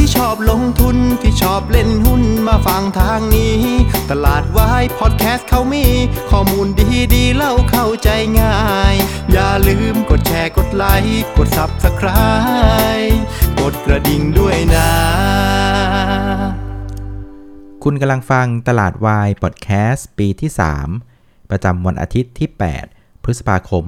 ที่ชอบลงทุนที่ชอบเล่นหุ้นมาฟังทางนี้ตลาดวายพอดแคสต์เขามีข้อมูลดีๆเล่าเข้าใจง่ายอย่าลืมกดแชร์กดไลค์กด Subscribe กดกระดิ่งด้วยนะคุณกำลังฟังตลาดวายพอดแคสต์ปีที่3ประจำวันอาทิตย์ที่8พฤษภาคม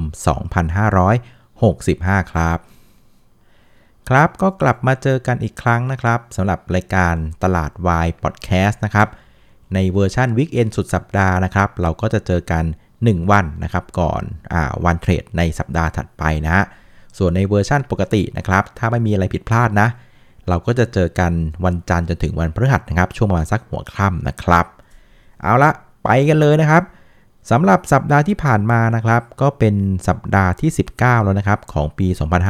2565ครับก็กลับมาเจอกันอีกครั้งนะครับสำหรับรายการตลาดวายพอดแคสต์นะครับในเวอร์ชันวีคเอนด์สุดสัปดาห์นะครับเราก็จะเจอกัน1วันนะครับก่อนวันเทรดในสัปดาห์ถัดไปนะส่วนในเวอร์ชันปกตินะครับถ้าไม่มีอะไรผิดพลาดนะเราก็จะเจอกันวันจันทร์จนถึงวันพฤหัสนะครับช่วงประมาณสักหัวค่ำนะครับเอาละไปกันเลยนะครับสำหรับสัปดาห์ที่ผ่านมานะครับก็เป็นสัปดาห์ที่19แล้วนะครับของปี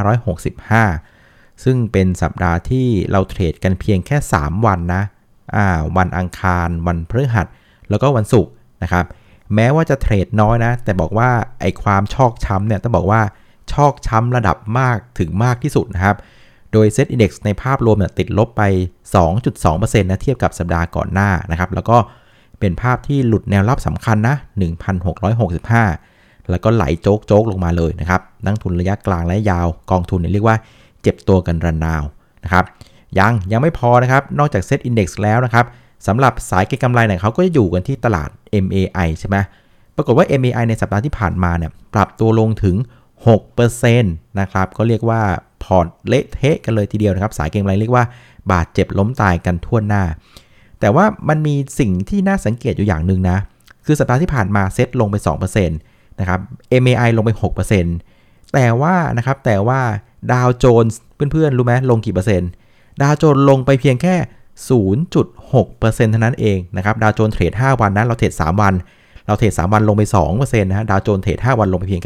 2565ซึ่งเป็นสัปดาห์ที่เราเทรดกันเพียงแค่3วันนะวันอังคารวันพฤหัสแล้วก็วันศุกร์นะครับแม้ว่าจะเทรดน้อยนะแต่บอกว่าไอ้ความชอกช้ำเนี่ยต้องบอกว่าชอกช้ำระดับมากถึงมากที่สุดนะครับโดย Set Index ในภาพรวมเนี่ยติดลบไป 2.2% นะเทียบกับสัปดาห์ก่อนหน้านะครับแล้วก็เป็นภาพที่หลุดแนวรับสำคัญนะ 1,665 แล้วก็ไหลโจ๊กลงมาเลยนะครับนักทุนระยะกลางและยาวกองทุนเนี่ยเรียกว่าเจ็บตัวกันระนาวนะครับยังไม่พอนะครับนอกจาก Set Index แล้วนะครับสำหรับสายเก็งกำไรเนี่ยเขาก็จะอยู่กันที่ตลาด MAI ใช่ไหมปรากฏว่า MAI ในสัปดาห์ที่ผ่านมาเนี่ยปรับตัวลงถึง 6% นะครับก็เรียกว่าพอร์ตเละเทะกันเลยทีเดียวนะครับสายเก็งกำไรเรียกว่าบาดเจ็บล้มตายกันทั่วหน้าแต่ว่ามันมีสิ่งที่น่าสังเกตอยู่อย่างหนึ่งนะคือสัปดาห์ที่ผ่านมาเซ็ตลงไป 2% นะครับ MAI ลงไป 6% แต่ว่าดาวโจนส์เพื่อนๆรู้ไหมลงกี่เปอร์เซ็นต์ดาวโจนส์ลงไปเพียงแค่ 0.6% เท่านั้นเองนะครับดาวโจนส์เทรด5วันนะเราเทรด3วันลงไป 2% นะฮะดาวโจนส์เทรด5วันลงไปเพียงแค่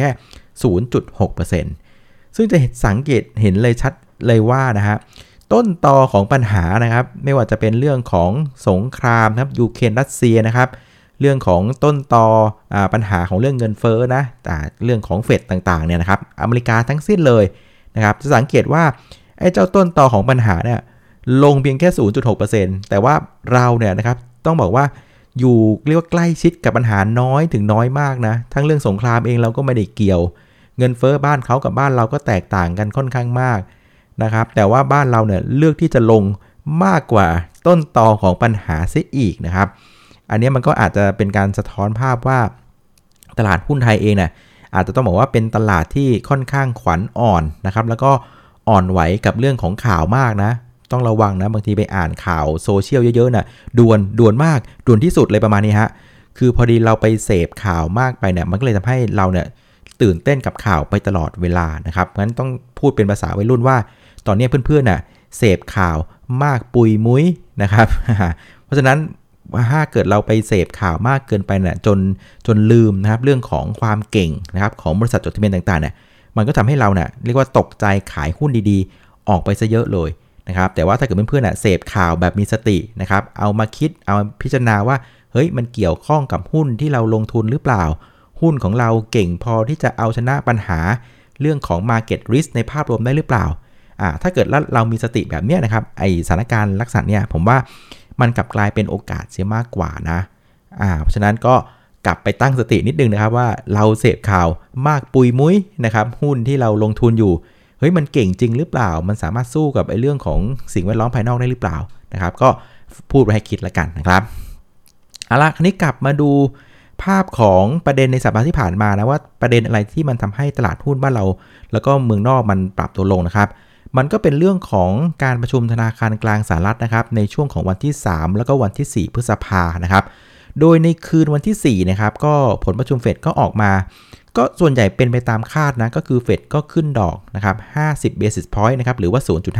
0.6% ซึ่งจะสังเกตเห็นเลยชัดเลยว่านะฮะต้นตอของปัญหานะครับไม่ว่าจะเป็นเรื่องของสงครามนะครับยูเครนรัสเซียนะครับเรื่องของต้นตอปัญหาของเรื่องเงินเฟ้อนะแต่เรื่องของเฟดต่างๆเนี่ยนะครับอเมริกาทั้งสิ้นเลยนะครับจะสังเกตว่าไอ้เจ้าต้นตอของปัญหาเนี่ยลงเพียงแค่ 0.6% แต่ว่าเราเนี่ยนะครับต้องบอกว่าอยู่เรียกว่าใกล้ชิดกับปัญหาน้อยถึงน้อยมากนะทั้งเรื่องสงครามเองเราก็ไม่ได้เกี่ยวเงินเฟ้อบ้านเขากับบ้านเราก็แตกต่างกันค่อนข้างมากนะครับแต่ว่าบ้านเราเนี่ยเลือกที่จะลงมากกว่าต้นตอของปัญหาเสียอีกนะครับอันนี้มันก็อาจจะเป็นการสะท้อนภาพว่าตลาดหุ้นไทยเองเนี่ยอาจจะต้องบอกว่าเป็นตลาดที่ค่อนข้างขวัญอ่อนนะครับแล้วก็อ่อนไหวกับเรื่องของข่าวมากนะต้องระวังนะบางทีไปอ่านข่าวโซเชียลเยอะๆน่ะด่วนมากด่วนที่สุดเลยประมาณนี้ฮะคือพอดีเราไปเสพข่าวมากไปเนี่ยมันก็เลยทำให้เราเนี่ยตื่นเต้นกับข่าวไปตลอดเวลานะครับงั้นต้องพูดเป็นภาษาวัยรุ่นว่าตอนนี้เพื่อนๆน่ะเสพข่าวมากปุยมุ้ยนะครับ เพราะฉะนั้นถ้าเกิดเราไปเสพข่าวมากเกินไปเนี่ยจนลืมนะครับเรื่องของความเก่งนะครับของบริษัทจดทะเบียนต่างๆเนี่ยมันก็ทำให้เราเนี่ยเรียกว่าตกใจขายหุ้นดีๆออกไปซะเยอะเลยนะครับแต่ว่าถ้าเกิดเพื่อนๆน่ะเสพข่าวแบบมีสตินะครับเอามาคิดเอาพิจารณาว่าเฮ้ยมันเกี่ยวข้องกับหุ้นที่เราลงทุนหรือเปล่าหุ้นของเราเก่งพอที่จะเอาชนะปัญหาเรื่องของ market risk ในภาพรวมได้หรือเปล่าถ้าเกิดเรามีสติแบบนี้นะครับไอสถานการณ์ลักษณะเนี่ยผมว่ามันกลับกลายเป็นโอกาสเสียมากกว่านะเพราะฉะนั้นก็กลับไปตั้งสตินิดนึงนะครับว่าเราเสพข่าวมากปุยมุ้ยนะครับหุ้นที่เราลงทุนอยู่เฮ้ยมันเก่งจริงหรือเปล่ามันสามารถสู้กับไอเรื่องของสิ่งแวดล้อมภายนอกได้หรือเปล่านะครับก็พูดไว้ให้คิดละกันนะครับเอาละคราวนี้กลับมาดูภาพของประเด็นในสัปดาห์ที่ผ่านมานะว่าประเด็นอะไรที่มันทำให้ตลาดหุ้นบ้านเราแล้วก็เมืองนอกมันปรับตัวลงนะครับมันก็เป็นเรื่องของการประชุมธนาคารกลางสหรัฐนะครับในช่วงของวันที่3แล้วก็วันที่4พฤษภานะครับโดยในคืนวันที่4นะครับก็ผลประชุมเฟดก็ออกมาก็ส่วนใหญ่เป็นไปตามคาดนะก็คือเฟดก็ขึ้นดอกนะครับ50 basis point นะครับหรือว่า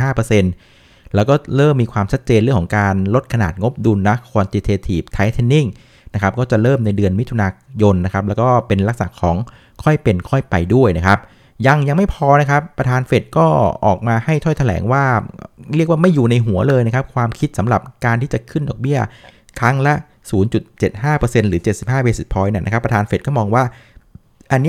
0.5% แล้วก็เริ่มมีความชัดเจนเรื่องของการลดขนาดงบดุลนะ quantitative tightening นะครับก็จะเริ่มในเดือนมิถุนายนนะครับแล้วก็เป็นลักษณะของค่อยเป็นค่อยไปด้วยนะครับยังไม่พอนะครับประธานเฟดก็ออกมาให้ถ้อยแถลงว่าเรียกว่าไม่อยู่ในหัวเลยนะครับความคิดสำหรับการที่จะขึ้นดอกเบี้ยครั้งละ 0.75% หรือ75 basis point นะครับประธานเฟดก็มองว่าอันเนี้ย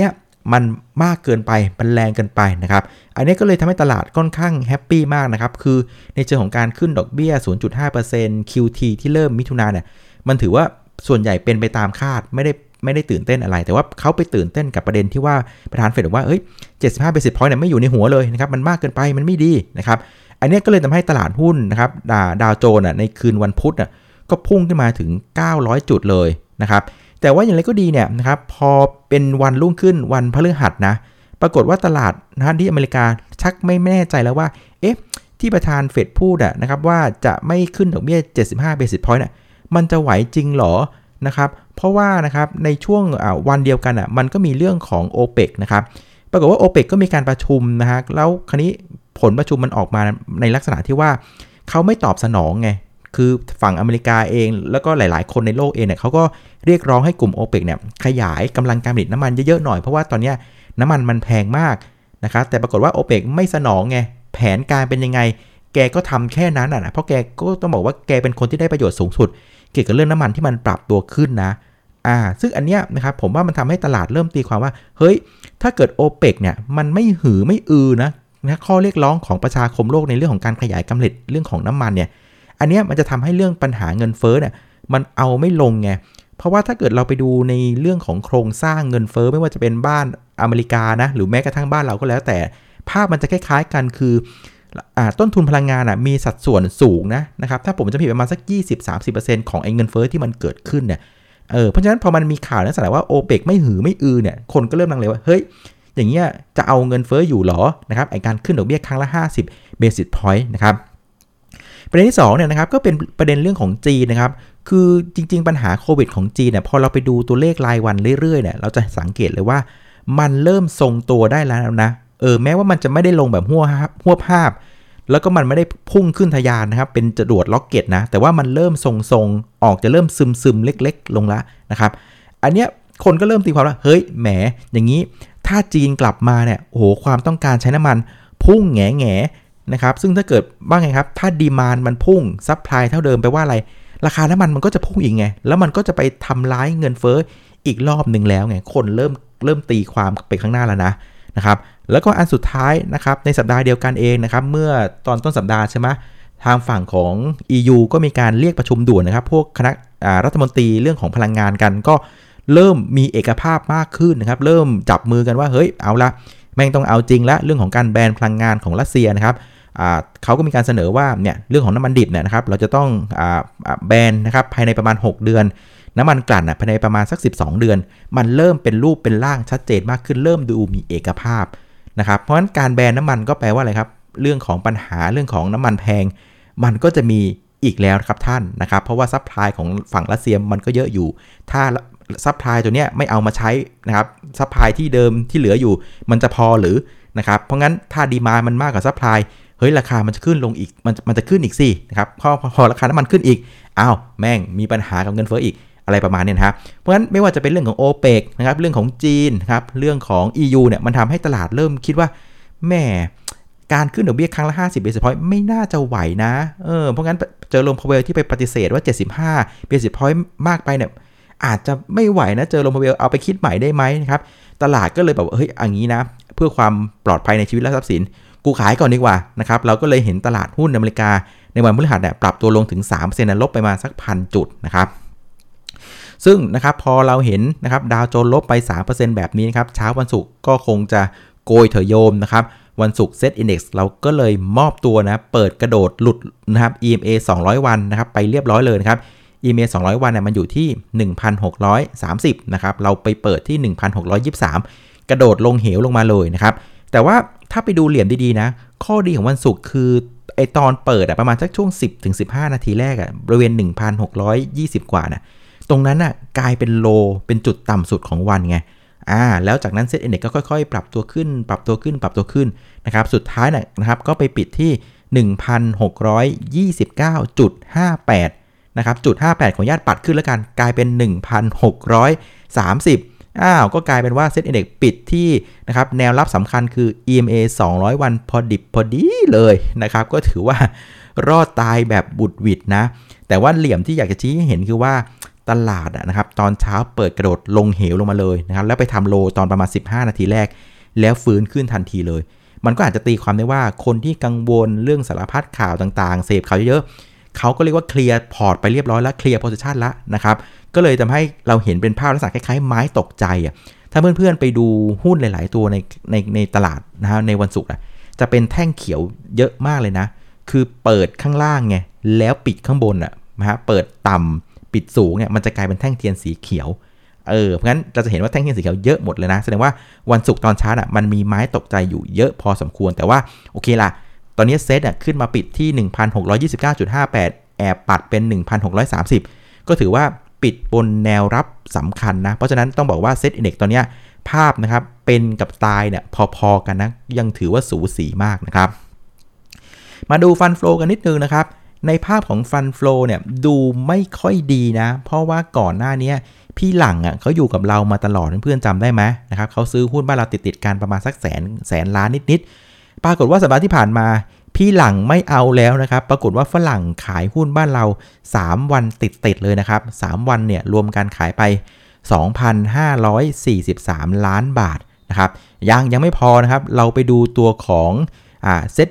มันมากเกินไปมันแรงเกินไปนะครับอันนี้ก็เลยทำให้ตลาดค่อนข้างแฮปปี้มากนะครับคือในเชิงของการขึ้นดอกเบี้ย 0.5% QT ที่เริ่มมิถุนายนเนี่ยมันถือว่าส่วนใหญ่เป็นไปตามคาดไม่ได้ตื่นเต้นอะไรแต่ว่าเขาไปตื่นเต้นกับประเด็นที่ว่าประธานเฟดบอกว่า75 basis point เนี่ยไม่อยู่ในหัวเลยนะครับมันมากเกินไปมันไม่ดีนะครับอันนี้ก็เลยทำให้ตลาดหุ้นนะครับดาวโจนส์ในคืนวันพุธก็พุ่งขึ้นมาถึง900จุดเลยนะครับแต่ว่าอย่างไรก็ดีเนี่ยนะครับพอเป็นวันรุ่งขึ้นวันพฤหัสนะปรากฏว่าตลาดนะที่อเมริกาชักไม่แน่ใจแล้วว่าที่ประธานเฟดพูดนะครับว่าจะไม่ขึ้นดอกเบี้ย75 basis point มันจะไหวจริงหรอนะครับเพราะว่านะครับในช่วงวันเดียวกันมันก็มีเรื่องของ OPEC นะครับปรากฏว่า OPEC ก็มีการประชุมนะฮะแล้วคราวนี้ผลประชุมมันออกมาในลักษณะที่ว่าเขาไม่ตอบสนองไงคือฝั่งอเมริกาเองแล้วก็หลายๆคนในโลกเองเนี่ยเขาก็เรียกร้องให้กลุ่ม OPEC เนี่ยขยายกำลังการผลิตน้ำมันเยอะๆหน่อยเพราะว่าตอนนี้น้ำมันแพงมากนะครับแต่ปรากฏว่า OPEC ไม่สนองไงแผนการเป็นยังไงแกก็ทำแค่นั้นเพราะแกก็ต้องบอกว่าแกเป็นคนที่ได้ประโยชน์สูงสุดเกี่ยวกับเรื่องน้ำมันที่มันปรับตัวขึ้นนะซึ่งอันเนี้ยนะครับผมว่ามันทำให้ตลาดเริ่มตีความว่าเฮ้ยถ้าเกิด OPEC เนี่ยมันไม่หือไม่นะข้อเรียกร้องของประชาคมโลกในเรื่องของการขยายการผลิตเรื่องของน้ำมันเนี่ยอันเนี้ยมันจะทำให้เรื่องปัญหาเงินเฟ้อเนี่ยมันเอาไม่ลงไงเพราะว่าถ้าเกิดเราไปดูในเรื่องของโครงสร้างเงินเฟ้อไม่ว่าจะเป็นบ้านอเมริกานะหรือแม้กระทั่งบ้านเราก็แล้วแต่ภาพมันจะคล้ายๆกันคือต้นทุนพลังงานมีสัดส่วนสูงนะครับถ้าผมจะผิดประมาณสัก 20-30% ของไอ้เงินเฟ้อที่มันเกิดขึ้นเนี่ยเพราะฉะนั้นพอมันมีข่าวลักษณะว่า OPEC ไม่หือไม่เนี่ยคนก็เริ่มลังเลว่าเฮ้ยอย่างเงี้ยจะเอาเงินเฟ้ออยู่หรอนะครับไอ้การขึ้นดอกเบี้ยครั้งละ50 basis point นะครับประเด็นที่2เนี่ยนะครับก็เป็นประเด็นเรื่องของจีนนะครับคือจริงๆปัญหาโควิดของจีนเนี่ยพอเราไปดูตัวเลขรายวันเรื่อยๆเนี่ยเราจะสังเกตเลยว่ามันเริ่มทรงตัวได้แล้วนะแม้ว่ามันจะไม่ได้ลงแบบหัวภาพแล้วก็มันไม่ได้พุ่งขึ้นทะยานนะครับเป็นจรวดล็อกเก็ตนะแต่ว่ามันเริ่มทรงออกจะเริ่มซึมเล็กๆลงละนะครับอันเนี้ยคนก็เริ่มตีความว่าเฮ้ยแหมอย่างนี้ถ้าจีนกลับมาเนี่ยโอ้โหความต้องการใช้น้ำมันพุ่งแง่นะครับซึ่งถ้าเกิดบ้างไงครับถ้าดีมานด์มันพุ่งซัพพลายเท่าเดิมแปลว่าอะไรราคาน้ำมันก็จะพุ่งอีกไงแล้วมันก็จะไปทำร้ายเงินเฟ้ออีกรอบนึงแล้วไงคนเริ่มตีความไปข้างหน้าแล้วนะครับแล้วก็อันสุดท้ายนะครับในสัปดาห์เดียวกันเองนะครับเมื่อตอนต้นสัปดาห์ใช่ไหมทางฝั่งของ EU ก็มีการเรียกประชุมด่วนนะครับพวกคณะรัฐมนตรีเรื่องของพลังงานกันก็เริ่มมีเอกภาพมากขึ้นนะครับเริ่มจับมือกันว่าเฮ้ยเอาละแม่งต้องเอาจริงละเรื่องของการแบนพลังงานของรัสเซียนะครับเขาก็มีการเสนอว่าเนี่ยเรื่องของน้ำมันดิบเนี่ยนะครับเราจะต้องแบนนะครับภายในประมาณ6เดือนน้ำมันกลั่นภายในประมาณสัก12เดือนมันเริ่มเป็นรูปเป็นร่างชัดเจนมากขึ้นเริ่มดูมีเอกภาพนะครับเพราะฉะนั้นการแบนน้ำมันก็แปลว่าอะไรครับเรื่องของปัญหาเรื่องของน้ำมันแพงมันก็จะมีอีกแล้วครับท่านนะครับเพราะว่าซัพพลายของฝั่งรัสเซียมันก็เยอะอยู่ถ้าซัพพลายตัวเนี้ยไม่เอามาใช้นะครับซัพพลายที่เดิมที่เหลืออยู่มันจะพอหรือนะครับเพราะงั้นถ้าดีมานด์มันมากกว่าซัพพลายเฮ้ยราคามันจะขึ้นลงอีกมันจะขึ้นอีกสินะครับพอราคาน้ำมันขึ้นอีกอ้าวแม่งมีปัญหากับเงินเฟ้ออีกอะไรประมาณนี้นะครับเพราะฉะนั้นไม่ว่าจะเป็นเรื่องของ OPEC นะครับเรื่องของจีนนะครับเรื่องของ EU เนี่ยมันทำให้ตลาดเริ่มคิดว่าแม่การขึ้นดอกเบี้ยครั้งละ50 basis point ไม่น่าจะไหวนะเพราะงั้นเจอโรมพาวเวลที่ไปปฏิเสธว่า75 basis point มากไปเนี่ยอาจจะไม่ไหวนะเจอโรมพาวเวลเอาไปคิดใหม่ได้ไหมนะครับตลาดก็เลยแบบเฮ้ยอย่างนี้นะเพื่อความปลอดภัยในชีวิตและทรัพย์สินกูขายก่อนดีกว่านะครับเราก็เลยเห็นตลาดหุ้นอเมริกาในวันพฤหัสเนี่ยปรับตัวลงถึง 3% ลบไปมาสัก 1,000 จุดนะครับซึ่งนะครับพอเราเห็นนะครับดาวโจนส์ลบไป 3% แบบนี้นะครับเช้าวันศุกร์ก็คงจะโกยเถอะโยมนะครับวันศุกร์เซ็ตอินเด็กซ์เราก็เลยมอบตัวนะเปิดกระโดดหลุดนะครับ EMA 200 วันนะครับไปเรียบร้อยเลยนะครับ EMA 200 วันเนี่ยมันอยู่ที่ 1,630 นะครับเราไปเปิดที่ 1,623 กระโดดลงเหวลงมาเลยนะครับแต่ว่าถ้าไปดูเหลี่ยมดีๆนะข้อดีของวันศุกร์คือไอตอนเปิดประมาณสักช่วง 10-15 นาทีแรกบริเวณ 1,620 กว่านะตรงนั้นกลายเป็นโลเป็นจุดต่ำสุดของวันไงแล้วจากนั้นเซ็ตอินเด็กซ์ก็ค่อยๆปรับตัวขึ้นนะครับสุดท้ายนะครับก็ไปปิดที่ 1,629.58 นะครับจุด58ของญาติปัดขึ้นแล้วกันกลายเป็น 1,630 ก็กลายเป็นว่าเซ็ตอินเด็กซ์ปิดที่นะครับแนวรับสำคัญคือ EMA 200 วันพอดีเลยนะครับก็ถือว่ารอดตายแบบบุดหวิดนะแต่ว่าเหลี่ยมที่อยากจะชี้ให้เห็นคือว่าตลาดนะครับตอนเช้าเปิดกระโดดลงเหวลงมาเลยนะครับแล้วไปทำโลตอนประมาณ15นาทีแรกแล้วฟื้นขึ้นทันทีเลยมันก็อาจจะตีความได้ว่าคนที่กังวลเรื่องสารพัดข่าวต่างๆเสพข่าวเยอะๆเขาก็เรียกว่าเคลียร์พอร์ตไปเรียบร้อยแล้วเคลียร์โพซิชันแล้วนะครับก็เลยทำให้เราเห็นเป็นภาพลักษณะคล้ายๆไม้ตกใจถ้าเพื่อนๆไปดูหุ้นหลายๆตัวในตลาดนะฮะในวันศุกร์จะเป็นแท่งเขียวเยอะมากเลยนะคือเปิดข้างล่างไงแล้วปิดข้างบนนะฮะเปิดต่ำปิดสูงเนี่ยมันจะกลายเป็นแท่งเทียนสีเขียวเพราะงั้นเราจะเห็นว่าแท่งเทียนสีเขียวเยอะหมดเลยนะแสดงว่าวันศุกร์ตอนเช้ามันมีไม้ตกใจอยู่เยอะพอสมควรแต่ว่าโอเคล่ะตอนนี้เซตขึ้นมาปิดที่ 1,629.58 แอบปัดเป็น 1,630 ก็ถือว่าปิดบนแนวรับสำคัญนะเพราะฉะนั้นต้องบอกว่าเซตอินเด็กซ์ตอนนี้ภาพนะครับเป็นกับตายเนี่ยพอๆกันนะยังถือว่าสูสีมากนะครับมาดูฟันโฟลกันนิดนึงนะครับในภาพของฟันโฟลเนี่ยดูไม่ค่อยดีนะเพราะว่าก่อนหน้านี้พี่หลังเขาอยู่กับเรามาตลอดเพื่อนๆจำได้ไหมนะครับเขาซื้อหุ้นบ้านเราติดกันประมาณสักแสนล้านนิดๆปรากฏว่าสัปดาห์ที่ผ่านมาพี่หลังไม่เอาแล้วนะครับปรากฏว่าฝรั่งขายหุ้นบ้านเรา3วันติดเลยนะครับ3วันเนี่ยรวมกันขายไป 2,543 ล้านบาทนะครับยังไม่พอนะครับเราไปดูตัวของSet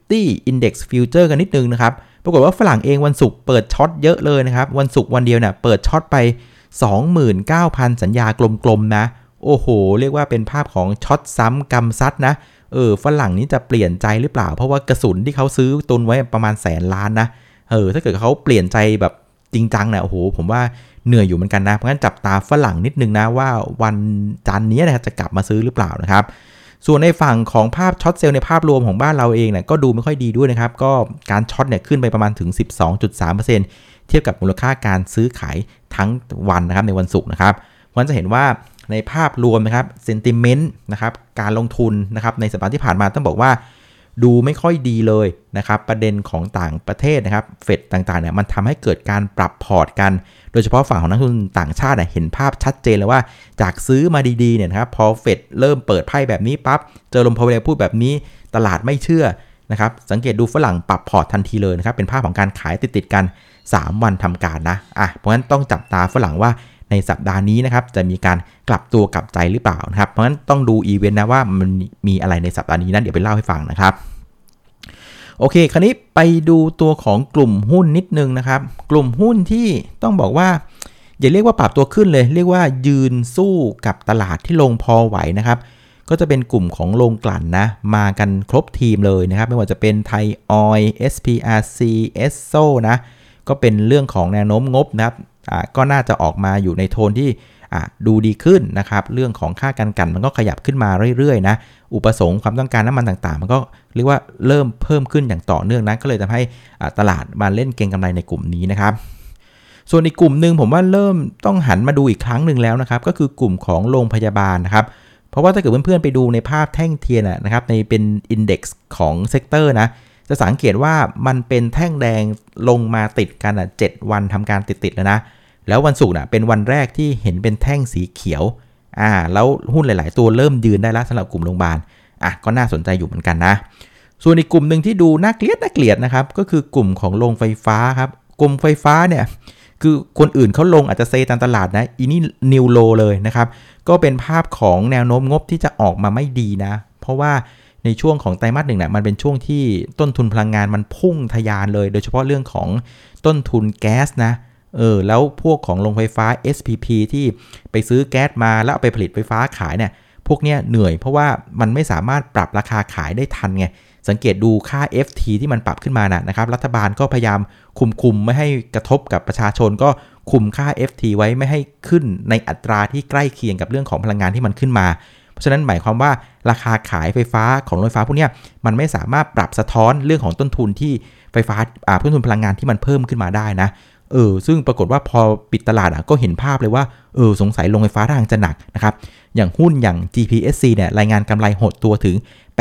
50 Index Future กันนิดนึงนะครับปรากฏว่าฝรั่งเองวันศุกร์เปิดช็อตเยอะเลยนะครับวันศุกร์วันเดียวเนี่ยเปิดช็อตไป 29,000 สัญญากลมๆนะโอ้โหเรียกว่าเป็นภาพของช็อตซ้ำกำซัดนะฝรั่งนี้จะเปลี่ยนใจหรือเปล่าเพราะว่ากระสุนที่เขาซื้อตุนไว้ประมาณ100,000 ล้านนะถ้าเกิดเขาเปลี่ยนใจแบบจริงจังเนี่ยโอ้โหผมว่าเหนื่อยอยู่เหมือนกันนะเพราะงั้นจับตาฝรั่งนิดนึงนะว่าวันจันทร์นี้นะครับจะกลับมาซื้อหรือเปล่านะครับส่วนในฝั่งของภาพช็อตเซลล์ในภาพรวมของบ้านเราเองเนี่ยก็ดูไม่ค่อยดีด้วยนะครับก็การช็อตเนี่ยขึ้นไปประมาณถึง 12.3% เทียบกับมูลค่าการซื้อขายทั้งวันนะครับในวันศุกร์นะครับเพราะฉะนั้นจะเห็นว่าในภาพรวมนะครับเซนติเมนต์นะครับการลงทุนนะครับในสัปดาห์ที่ผ่านมาต้องบอกว่าดูไม่ค่อยดีเลยนะครับประเด็นของต่างประเทศนะครับเฟดต่างๆเนี่ยมันทำให้เกิดการปรับพอร์ตกันโดยเฉพาะฝั่งของนักลงทุนต่างชาติเห็นภาพชัดเจนเลยว่าจากซื้อมาดีๆเนี่ยนะครับพอเฟดเริ่มเปิดไพ่แบบนี้ปั๊บเจอลมพาวเวลพูดแบบนี้ตลาดไม่เชื่อนะครับสังเกตดูฝรั่งปรับพอร์ตทันทีเลยนะครับเป็นภาพของการขายติดๆกัน3วันทำการนะเพราะฉะนั้นต้องจับตาฝรั่งว่าในสัปดาห์นี้นะครับจะมีการกลับตัวกลับใจหรือเปล่านะครับเพราะฉะนั้นต้องดูอีเวนต์นะว่ามันมีอะไรในสัปดาห์นี้นะเดี๋ยวไปเล่าให้ฟังนะครับโอเคคราวนี้ไปดูตัวของกลุ่มหุ้นนิดนึงนะครับกลุ่มหุ้นที่ต้องบอกว่าอย่าเรียกว่าปรับตัวขึ้นเลยเรียกว่ายืนสู้กับตลาดที่ลงพอไหวนะครับก็จะเป็นกลุ่มของโรงกลั่นนะมากันครบทีมเลยนะครับไม่ว่าจะเป็นไทยออยล์ SPRC Esso นะก็เป็นเรื่องของแนวโน้มงบนะครับก็น่าจะออกมาอยู่ในโทนที่ดูดีขึ้นนะครับเรื่องของค่าการกันมันก็ขยับขึ้นมาเรื่อยๆนะอุปสงค์ความต้องการน้ำมันต่างๆมันก็เรียกว่าเริ่มเพิ่มขึ้นอย่างต่อเนื่องนะก็เลยทำให้ตลาดมาเล่นเก็งกำไรในกลุ่มนี้นะครับส่วนอีกกลุ่มนึงผมว่าเริ่มต้องหันมาดูอีกครั้งนึงแล้วนะครับก็คือกลุ่มของโรงพยาบาลนะครับเพราะว่าถ้าเกิดเพื่อนๆไปดูในภาพแท่งเทียนนะครับในเป็นอินเด็กซ์ของเซกเตอร์นะจะสังเกตว่ามันเป็นแท่งแดงลงมาติดกัน7วันทำการติดๆแล้วนะแล้ววันศุกร์เป็นวันแรกที่เห็นเป็นแท่งสีเขียวแล้วหุ้นหลายๆตัวเริ่มยืนได้แล้วสำหรับกลุ่มโรงพยาบาลก็น่าสนใจอยู่เหมือนกันนะส่วนอีกกลุ่มหนึ่งที่ดูน่าเกลียดนะครับก็คือกลุ่มของโรงไฟฟ้าครับกลุ่มไฟฟ้าเนี่ยคือคนอื่นเขาลงอาจจะเซตามตลาดนะอีนี่นิวโลเลยนะครับก็เป็นภาพของแนวโน้มงบที่จะออกมาไม่ดีนะเพราะว่าในช่วงของไตรมาส 1เนี่ยมันเป็นช่วงที่ต้นทุนพลังงานมันพุ่งทะยานเลยโดยเฉพาะเรื่องของต้นทุนแก๊สนะแล้วพวกของโรงไฟฟ้า SPP ที่ไปซื้อแก๊สมาแล้วเอาไปผลิตไฟฟ้าขายเนี่ยพวกเนี้ยเหนื่อยเพราะว่ามันไม่สามารถปรับราคาขายได้ทันไงสังเกตดูค่า FT ที่มันปรับขึ้นมานะครับรัฐบาลก็พยายามคุมไม่ให้กระทบกับประชาชนก็คุมค่า FT ไว้ไม่ให้ขึ้นในอัตราที่ใกล้เคียงกับเรื่องของพลังงานที่มันขึ้นมาเพราะฉะนั้นหมายความว่าราคาขายไฟฟ้าของโรงไฟฟ้าพวกเนี้ยมันไม่สามารถปรับสะท้อนเรื่องของต้นทุนที่ไฟฟ้าต้นทุนพลังงานที่มันเพิ่มขึ้นมาได้นะซึ่งปรากฏว่าพอปิดตลาดก็เห็นภาพเลยว่าสงสัยโรงไฟฟ้าทางจะหนักนะครับอย่างหุ้นอย่าง GPSC เนี่ยรายงานกำไรหดตัวถึง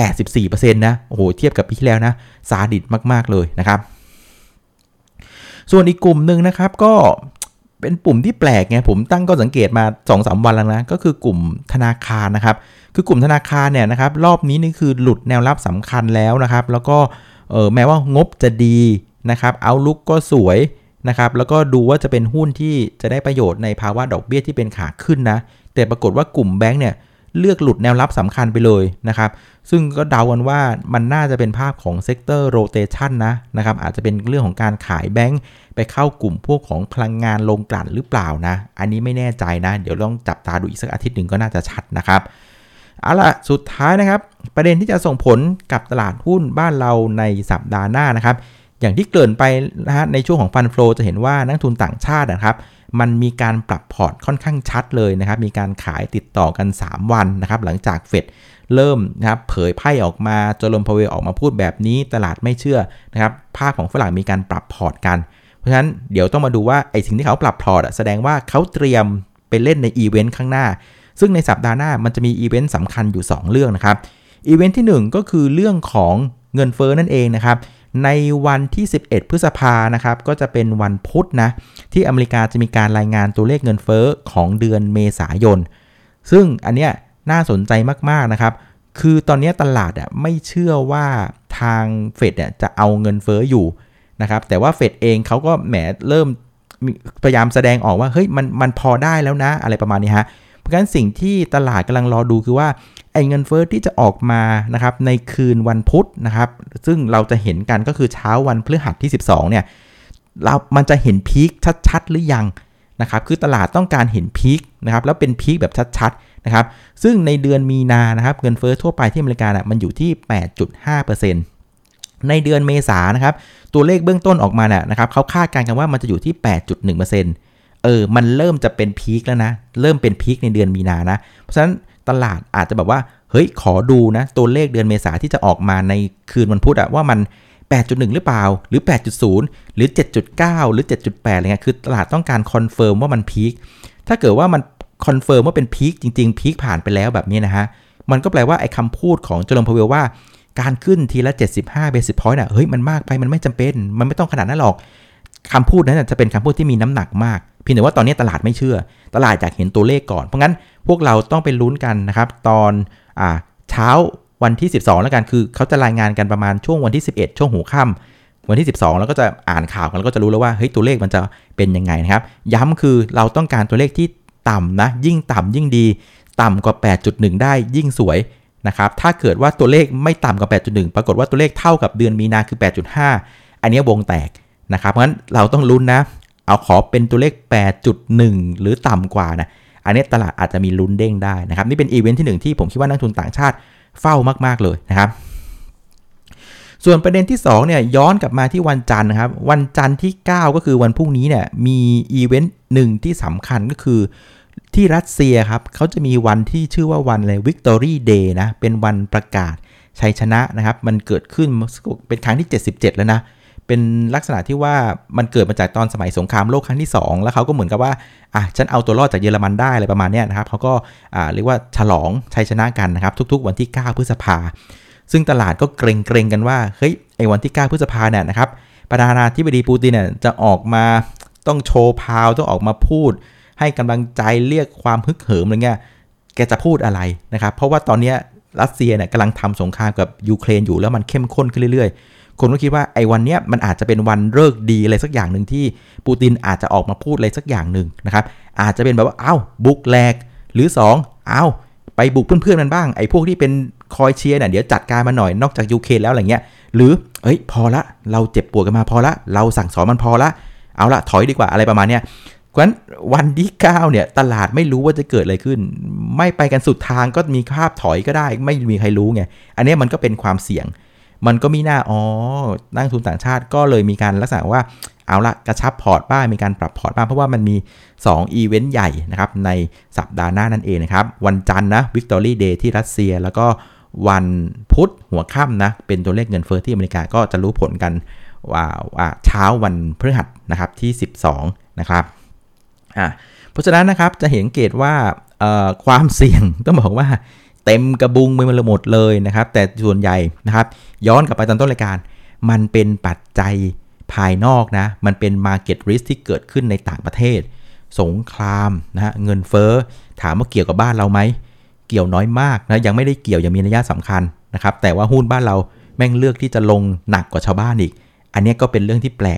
84% นะโอ้โหเทียบกับปีที่แล้วนะซาดิสมากๆเลยนะครับส่วนอีกกลุ่มนึงนะครับก็เป็นปุ่มที่แปลกไงผมตั้งก็สังเกตมา 2-3 วันแล้วนะก็คือกลุ่มธนาคารนะครับคือกลุ่มธนาคารเนี่ยนะครับรอบนี้นี่คือหลุดแนวรับสำคัญแล้วนะครับแล้วก็แม้ว่างบจะดีนะครับเอาลุกก็สวยนะครับแล้วก็ดูว่าจะเป็นหุ้นที่จะได้ประโยชน์ในภาวะดอกเบี้ยที่เป็นขาขึ้นนะแต่ปรากฏว่ากลุ่มแบงก์เนี่ยเลือกหลุดแนวรับสำคัญไปเลยนะครับซึ่งก็เดากันว่ามันน่าจะเป็นภาพของเซกเตอร์โรเตชันนะครับอาจจะเป็นเรื่องของการขายแบงก์ไปเข้ากลุ่มพวกของพลังงานโรงกลั่นหรือเปล่านะอันนี้ไม่แน่ใจนะเดี๋ยวลองจับตาดูอีกสักอาทิตย์หนึ่งก็น่าจะชัดนะครับเอาล่ะสุดท้ายนะครับประเด็นที่จะส่งผลกับตลาดหุ้นบ้านเราในสัปดาห์หน้านะครับอย่างที่เกริ่นไปนะฮะในช่วงของฟันโฟลจะเห็นว่านักทุนต่างชาตินะครับมันมีการปรับพอร์ตค่อนข้างชัดเลยนะครับมีการขายติดต่อกัน3วันนะครับหลังจากเฟดเริ่มนะครับเผยไพ่ออกมาโจโรมพาเวลออกมาพูดแบบนี้ตลาดไม่เชื่อนะครับภาคของฝรั่งมีการปรับพอร์ตกันเพราะฉะนั้นเดี๋ยวต้องมาดูว่าไอ้สิ่งที่เขาปรับพอร์ตแสดงว่าเขาเตรียมไปเล่นในอีเวนต์ข้างหน้าซึ่งในสัปดาห์หน้ามันจะมีอีเวนต์สำคัญอยู่2เรื่องนะครับอีเวนต์ที่1ก็คือเรื่องของเงินเฟ้อนั่นเองนะครับในวันที่11พฤษภานะครับก็จะเป็นวันพุธนะที่อเมริกาจะมีการรายงานตัวเลขเงินเฟ้อของเดือนเมษายนซึ่งอันเนี้ยน่าสนใจมากๆนะครับคือตอนนี้ตลาดไม่เชื่อว่าทางเฟดจะเอาเงินเฟ้ออยู่นะครับแต่ว่าเฟดเองเขาก็แหมเริ่มพยายามแสดงออกว่าเฮ้ยมันพอได้แล้วนะอะไรประมาณนี้ฮะเพราะฉะนั้นสิ่งที่ตลาดกำลังรอดูคือว่าไอ้เงินเฟ้อที่จะออกมานะครับในคืนวันพุธนะครับซึ่งเราจะเห็นกันก็คือเช้าวันพฤหัสที่12เนี่ยมันจะเห็นพีคชัดๆหรือยังนะครับคือตลาดต้องการเห็นพีคนะครับแล้วเป็นพีคแบบชัดๆนะครับซึ่งในเดือนมีนานะครับเงินเฟ้อทั่วไปที่อเมริกามันอยู่ที่ 8.5% ในเดือนเมษายนนะครับตัวเลขเบื้องต้นออกมานะครับเขาคาดการณ์กันว่ามันจะอยู่ที่ 8.1%มันเริ่มจะเป็นพีคแล้วนะเริ่มเป็นพีคในเดือนมีนานะเพราะฉะนั้นตลาดอาจจะแบบว่าเฮ้ยขอดูนะตัวเลขเดือนเมษาที่จะออกมาในคืนวันพุธว่ามัน 8.1 หรือเปล่าหรือ 8.0 หรือ 7.9 หรือ 7.8 อะไรเงี้ยคือตลาดต้องการคอนเฟิร์มว่ามันพีคถ้าเกิดว่ามันคอนเฟิร์มว่าเป็นพีคจริงๆพีคผ่านไปแล้วแบบนี้นะฮะมันก็แปลว่าไอ้คำพูดของโจโรมพาเวลว่าการขึ้นทีละ75 basis point เฮ้ยมันมากไปมันไม่จำเป็นมันไม่ต้องขนาดนั้นหรอกคำพูดนั้นจะเป็นคำพูดที่มีน้ำหนักมากเพียงแต่ว่าตอนนี้ตลาดไม่เชื่อตลาดอยากเห็นตัวเลขก่อนเพราะงั้นพวกเราต้องไปลุ้นกันนะครับตอนเช้าวันที่12แล้วกันคือเขาจะรายงานกันประมาณช่วงวันที่11ช่วงหัวค่ำวันที่12แล้วก็จะอ่านข่าวกันแล้วก็จะรู้แล้วว่าเฮ้ยตัวเลขมันจะเป็นยังไงนะครับย้ำคือเราต้องการตัวเลขที่ต่ำนะยิ่งต่ำยิ่งดีต่ำกว่า 8.1 ได้ยิ่งสวยนะครับถ้าเกิดว่าตัวเลขไม่ต่ำกว่า 8.1 ปรากฏว่าตัวเลขเท่ากับเดือนมีนาคือ 8.5 อันนี้วงแตกนะครับเพราะฉะนั้นเราต้องลุ้นนะเอาขอเป็นตัวเลข 8.1 หรือต่ำกว่านะอันนี้ตลาดอาจจะมีลุ้นเด้งได้นะครับนี่เป็นอีเวนท์ที่1ที่ผมคิดว่านักทุนต่างชาติเฝ้ามากๆเลยนะครับส่วนประเด็นที่2เนี่ยย้อนกลับมาที่วันจันทร์นะครับวันจันทร์ที่9ก็คือวันพรุ่งนี้เนี่ยมีอีเวนต์หนึ่งที่สำคัญก็คือที่รัสเซียครับเขาจะมีวันที่ชื่อว่าวันอะไร Victory Day นะเป็นวันประกาศชัยชนะนะครับมันเกิดขึ้นเป็นครั้งที่77แล้วนะเป็นลักษณะที่ว่ามันเกิดมาจากตอนสมัยสงครามโลกครั้งที่2แล้วเขาก็เหมือนกับว่าฉันเอาตัวรอดจากเยอรมันได้อะไรประมาณนี้นะครับเขาก็เรียกว่าฉลองชัยชนะกันนะครับทุกๆวันที่9พฤษภาซึ่งตลาดก็เกรงกันว่าเฮ้ยไอ้วันที่9พฤษภาเนี่ยนะครับประธานาธิบดีปูตินเนี่ยจะออกมาต้องโชว์พาวต้องออกมาพูดให้กำลังใจเรียกความฮึกเหิมอะไรเงี้ยแกจะพูดอะไรนะครับเพราะว่าตอนนี้รัสเซียเนี่ยกำลังทำสงครามกับยูเครนอยู่แล้วมันเข้มข้นขึ้นเรื่อยๆคนก็คิดว่าไอ้วันเนี้ยมันอาจจะเป็นวันฤกษ์ดีอะไรสักอย่างหนึ่งที่ปูตินอาจจะออกมาพูดอะไรสักอย่างหนึ่งนะครับอาจจะเป็นแบบว่าบุกแหลกหรือ2ไปบุกเพื่อนๆมันบ้างไอ้พวกที่เป็นคอยเชียร์เนี่ยเดี๋ยวจัดการมาหน่อยนอกจากยูเครนแล้วอะไรเงี้ยหรือพอละเราเจ็บปวดกันมาพอละเราสั่งสอนมันพอละเอาละถอยดีกว่าอะไรประมาณเนี้ยเพราะฉะนั้นวันที่9เนี่ยตลาดไม่รู้ว่าจะเกิดอะไรขึ้นไม่ไปกันสุดทางก็มีภาพถอยก็ได้ไม่มีใครรู้ไงอันนี้มันก็เป็นความเสี่ยงมันก็มีหน้านักทุนต่างชาติก็เลยมีการลักษณะว่าเอาละกระชับพอร์ตบ้างมีการปรับพอร์ตบ้างเพราะว่ามันมี2อีเวนต์ใหญ่นะครับในสัปดาห์หน้านั่นเองนะครับวันจันทร์นะ Victory Day ที่รัสเซียแล้วก็วันพุธหัวค่ำนะเป็นตัวเลขเงินเฟ้อที่อเมริกาก็จะรู้ผลกันว่าเช้าวันพฤหัสนะครับที่12นะครับเพราะฉะนั้นนะครับจะเห็นเกตว่าความเสี่ยงต้องบอกว่าเต็มกระบุงไปหมดเลยนะครับแต่ส่วนใหญ่นะครับย้อนกลับไปตอนต้นรายการมันเป็นปัจจัยภายนอกนะมันเป็น market risk ที่เกิดขึ้นในต่างประเทศสงครามนะฮะเงินเฟ้อถามว่าเกี่ยวกับบ้านเราไหมเกี่ยวน้อยมากนะยังไม่ได้เกี่ยวยังมีนัยสำคัญนะครับแต่ว่าหุ้นบ้านเราแม่งเลือกที่จะลงหนักกว่าชาวบ้านอีกอันนี้ก็เป็นเรื่องที่แปลกนะ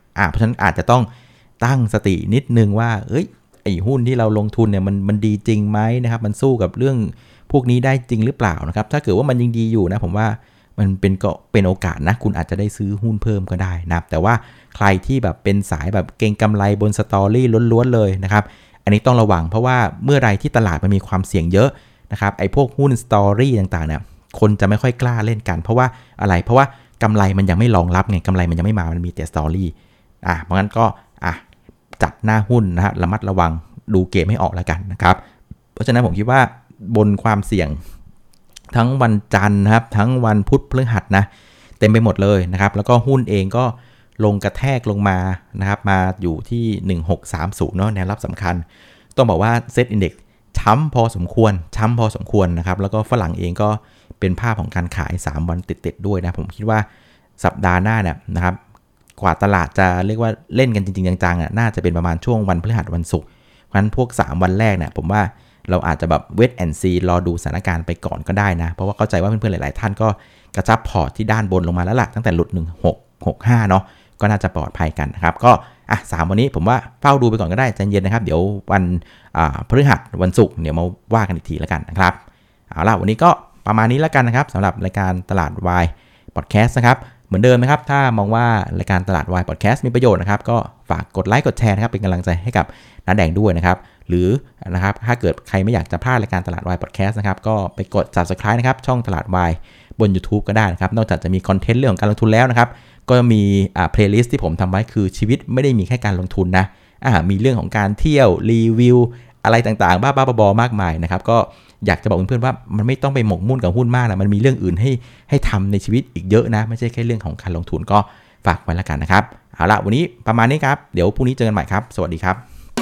เพราะฉะนั้นอาจจะต้องตั้งสตินิดนึงว่าไอ้หุ้นที่เราลงทุนเนี่ยมันดีจริงไหมนะครับมันสู้กับเรื่องพวกนี้ได้จริงหรือเปล่านะครับถ้าเกิดว่ามันยังดีอยู่นะผมว่ามันเป็นโอกาสนะคุณอาจจะได้ซื้อหุ้นเพิ่มก็ได้นะครับแต่ว่าใครที่แบบเป็นสายแบบเก็งกำไรบนสตอรี่ล้วนๆเลยนะครับอันนี้ต้องระวังเพราะว่าเมื่อไรที่ตลาดมันมีความเสี่ยงเยอะนะครับไอ้พวกหุ้นสตอรี่ต่างๆเนี่ยคนจะไม่ค่อยกล้าเล่นกันเพราะว่าอะไรเพราะว่ากำไรมันยังไม่รองรับไงกำไรมันยังไม่มามันมีแต่สตอรี่เพราะงั้นก็จัดหน้าหุ้นนะฮะระมัดระวังดูเกมให้ออกแล้วกันนะครับเพราะฉะนั้นผมคิดว่าบนความเสี่ยงทั้งวันจันทร์นะครับทั้งวันพุธพฤหัสนะเต็มไปหมดเลยนะครับแล้วก็หุ้นเองก็ลงกระแทกลงมานะครับมาอยู่ที่1630เนาะแนวรับสำคัญต้องบอกว่าเซตอินเด็กซ์ช้ำพอสมควรนะครับแล้วก็ฝรั่งเองก็เป็นภาพของการขาย3วันติดๆด้วยนะผมคิดว่าสัปดาห์หน้าเนี่ยนะครับกว่าตลาดจะเรียกว่าเล่นกันจริงๆจังๆน่าจะเป็นประมาณช่วงวันพฤหัสวันศุกร์เพราะฉะนั้นพวก3วันแรกเนี่ยผมว่าเราอาจจะแบบเวทแอนด์ซีรอดูสถานการณ์ไปก่อนก็ได้นะเพราะว่าเข้าใจว่าเพื่อนๆหลายๆท่านก็กระจับพอร์ตที่ด้านบนลงมาแล้วล่ะตั้งแต่หลุด1665เนาะก็น่าจะปลอดภัยกันนะครับก็3วันนี้ผมว่าเฝ้าดูไปก่อนก็ได้ใจเย็นนะครับเดี๋ยววันพฤหัสวันศุกร์เดี๋ยวมาว่ากันอีกทีแล้วกันนะครับเอาล่ะวันนี้ก็ประมาณนี้แล้วกันนะครับสำหรับรายการตลาดวายพอดแคสต์นะครับเหมือนเดิมนะครับถ้ามองว่ารายการตลาดวายพอดแคสต์มีประโยชน์นะครับก็ฝากกดไลค์กดแชร์นะครับเป็นกำลังใจให้กับน้าแดงด้วยนะครับหรือนะครับถ้าเกิดใครไม่อยากจะพลาดรายการตลาดวายพอดแคสต์นะครับก็ไปกด Subscribe นะครับช่องตลาดวายบน YouTube ก็ได้นะครับนอกจากจะมีคอนเทนต์เรื่องของการลงทุนแล้วนะครับก็มีเพลย์ลิสต์ที่ผมทำไว้คือชีวิตไม่ได้มีแค่การลงทุนนะมีเรื่องของการเที่ยวรีวิวอะไรต่างๆบ้าๆบอๆมากมายนะครับก็อยากจะบอกเพื่อนๆว่ามันไม่ต้องไปหมกมุ่นกับหุ้นมากนะมันมีเรื่องอื่นให้ทำในชีวิตอีกเยอะนะไม่ใช่แค่เรื่องของการลงทุนก็ฝากไว้แล้วกันนะครับเอาละวันนี้ประมาณนี้ครับเดี๋ยวพรุ่งนี้เจอกันใหม่ครับสวัสดีครับ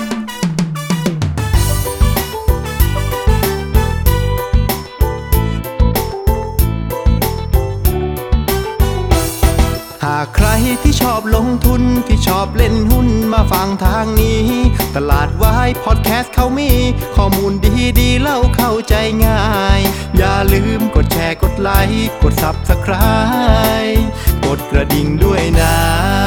หากใครที่ชอบลงทุนที่ชอบเล่นหุ้นมาฟังทางนี้ตลาดวายพอดแคสต์เขามีข้อมูลดีๆเล่าเข้าใจง่ายอย่าลืมกดแชร์กดไลค์กด Subscribe กดกระดิ่งด้วยนะ